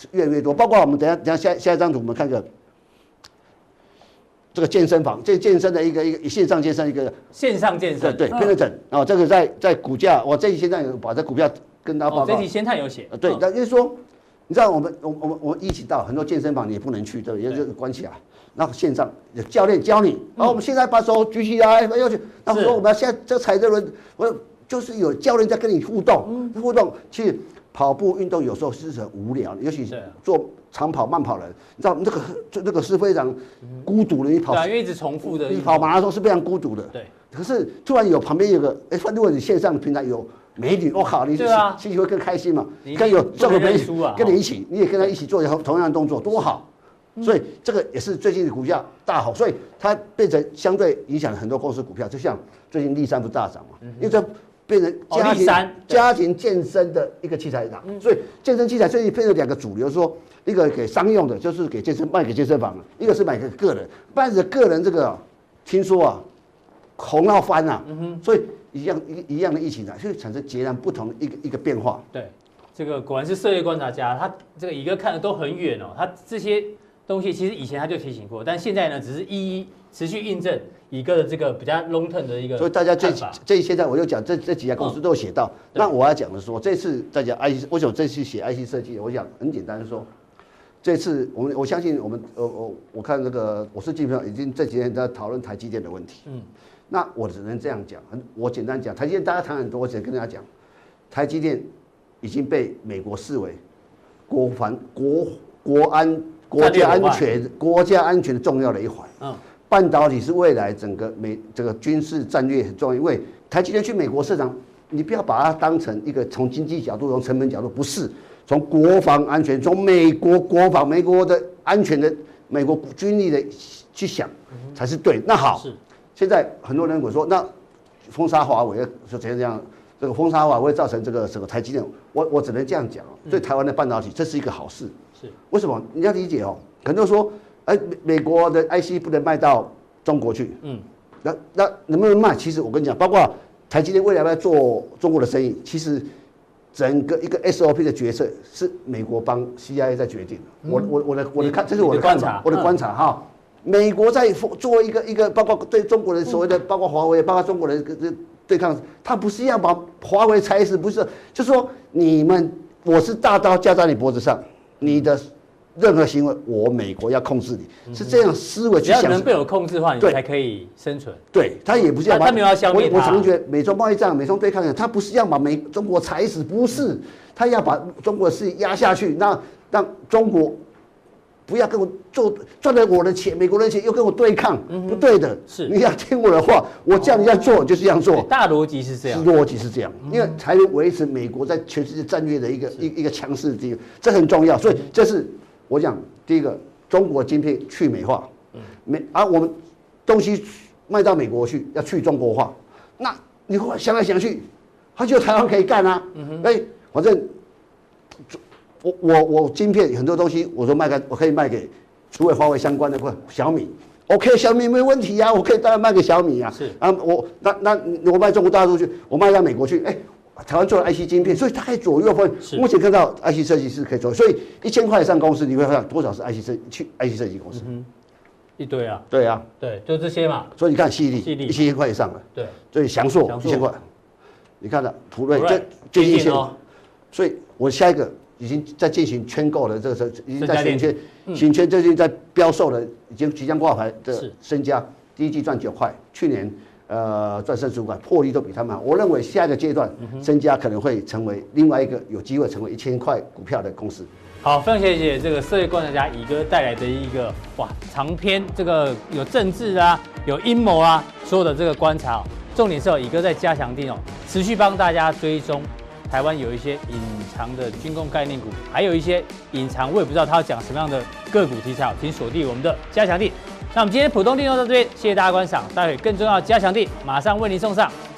越来越多。包括我们等一下等一下下下一张图，我们看个这个健身房，这健身的一个一个线上健身一个线上健身， 对对，偏诊啊，这个在在股价，我这一现在有把这股价跟大家报告。 这题先探有写。 对，那就是说，你知道我们我我们我们疫情到很多健身房你也不能去，对不对？就关起来。然后线上有教练教你，然后我们现在把手举起来，要去。然后说我们要现在这踩这轮，我就是有教练在跟你互动，互动。其实跑步运动有时候是很无聊，尤其是做长跑、慢跑人，你知道这个这这个是非常孤独的。你跑， 对，因为一直重复的， 你跑马拉松是非常孤独的。对。可是突然有旁边有个，哎，如果你线上平台有美女，我靠，你心情会更开心嘛？你看有这个美女跟你一起，你也跟他一起做同样的动作，多好。所以这个也是最近的股价大好，所以它变成相对影响了很多公司股票，就像最近立山不大涨嘛，因为这变成家庭、哦、家庭健身的一个器材涨，所以健身器材最近变成两个主流，说一个给商用的，就是给健身卖给健身房的，一个是买给个人，但是个人这个听说啊红到翻啊，嗯、所以一样一一样的疫情啊，就产生截然不同的一个一个变化。 对，这个果然是社会观察家，他这个乙哥看的都很远哦，他这些东西其实以前他就提醒过，但现在呢，只是一一持续印证一个这个比较 long term 的一个。 所以大家这这现在我就讲这这几家公司都有写到。嗯、那我要讲的说，这次在讲 I C， 为什么这次写 I C 设计？我讲很简单说，这次我们我相信我们呃我我看这个我是基本上已经这几天在讨论台积电的问题。嗯。那我只能这样讲，我简单讲，台积电大家谈很多，我只能跟大家讲，台积电已经被美国视为国防国国安。国家安全，国家安全的重要的一环。嗯，半导体是未来整个美这个军事战略很重要，因为台积电去美国市场，你不要把它当成一个从经济角度、从成本角度，不是从国防安全、从美国国防、美国的安全的美国军力的去想才是对。那好，现在很多人会说，那封杀华为就怎样这样，这个封杀华为造成这个整个台积电，我我只能这样讲，对台湾的半导体这是一个好事。为什么？你要理解哦，很多人说，哎，美国的 I C 不能卖到中国去，嗯，那那能不能卖？其实我跟你讲，包括台积电未来要做中国的生意，其实整个一个 S O P 的决策是美国帮 C I A 在决定的。嗯、我我我的我的看，这是我的观察，我的观察哈。美国在做一个一个，包括对中国的所谓的，包括华为，包括中国的对抗，他不是要把华为踩死，不是，就是说你们我是大刀架在你脖子上。你的任何行为，我美国要控制你，是这样思维去想。只要能被我控制的话，你才可以生存。 对，他也不是要把他没有要消灭他。 我我常觉得美中贸易战、美中对抗，他不是要把美中国踩死，不是，他要把中国的事业压下去，那让中国不要跟我做赚了我的钱，美国人的钱又跟我对抗，嗯、不对的。是，你要听我的话，我叫你要做，就是这样做。 大逻辑是这样， 逻辑是这样，因为才能维持美国在全世界战略的一个一一个强势地位，这很重要。所以这是我讲第一个，中国晶片去美化，美而、啊、我们东西卖到美国去要去中国化，那你想来想去，还就台湾可以干啊？哎、嗯，反正。我我我晶片很多东西，我说卖给我可以卖给，除了华为相关的，不小米 ，OK， 小米没问题呀、啊，我可以当然卖给小米啊。是啊，我那那我卖中国大陆去，我卖到美国去，哎，台湾做了 I C 晶片，所以它可以左右分。目前看到 I C 设计师可以左右，所以一千块以上公司，你会看到多少是 I C 设去 I C 设计公司？ 嗯，一堆啊。 对啊。 对，就这些嘛。 所以你看犀利，一千块以上了。对。所以翔硕一千块，你看了普瑞这这一千，所以我下一个。已经在进行圈购了，这个时候已经在新圈，新圈最近在标售了，已经即将挂牌的身家，第一季赚九块，去年呃赚三十五块，获利都比他们好。我认为下一个阶段，身家可能会成为另外一个有机会成为一千块股票的公司。 好，非常谢谢这个社会观察家乙哥带来的一个哇长篇，这个有政治啊，有阴谋啊，所有的这个观察、哦，重点是哦，乙哥在加强定哦，持续帮大家追踪。台湾有一些隐藏的军工概念股，还有一些隐藏，我也不知道他要讲什么样的个股题材，请锁定我们的加强定。那我们今天普通定就到这边，谢谢大家观赏，待会更重要的加强定马上为您送上。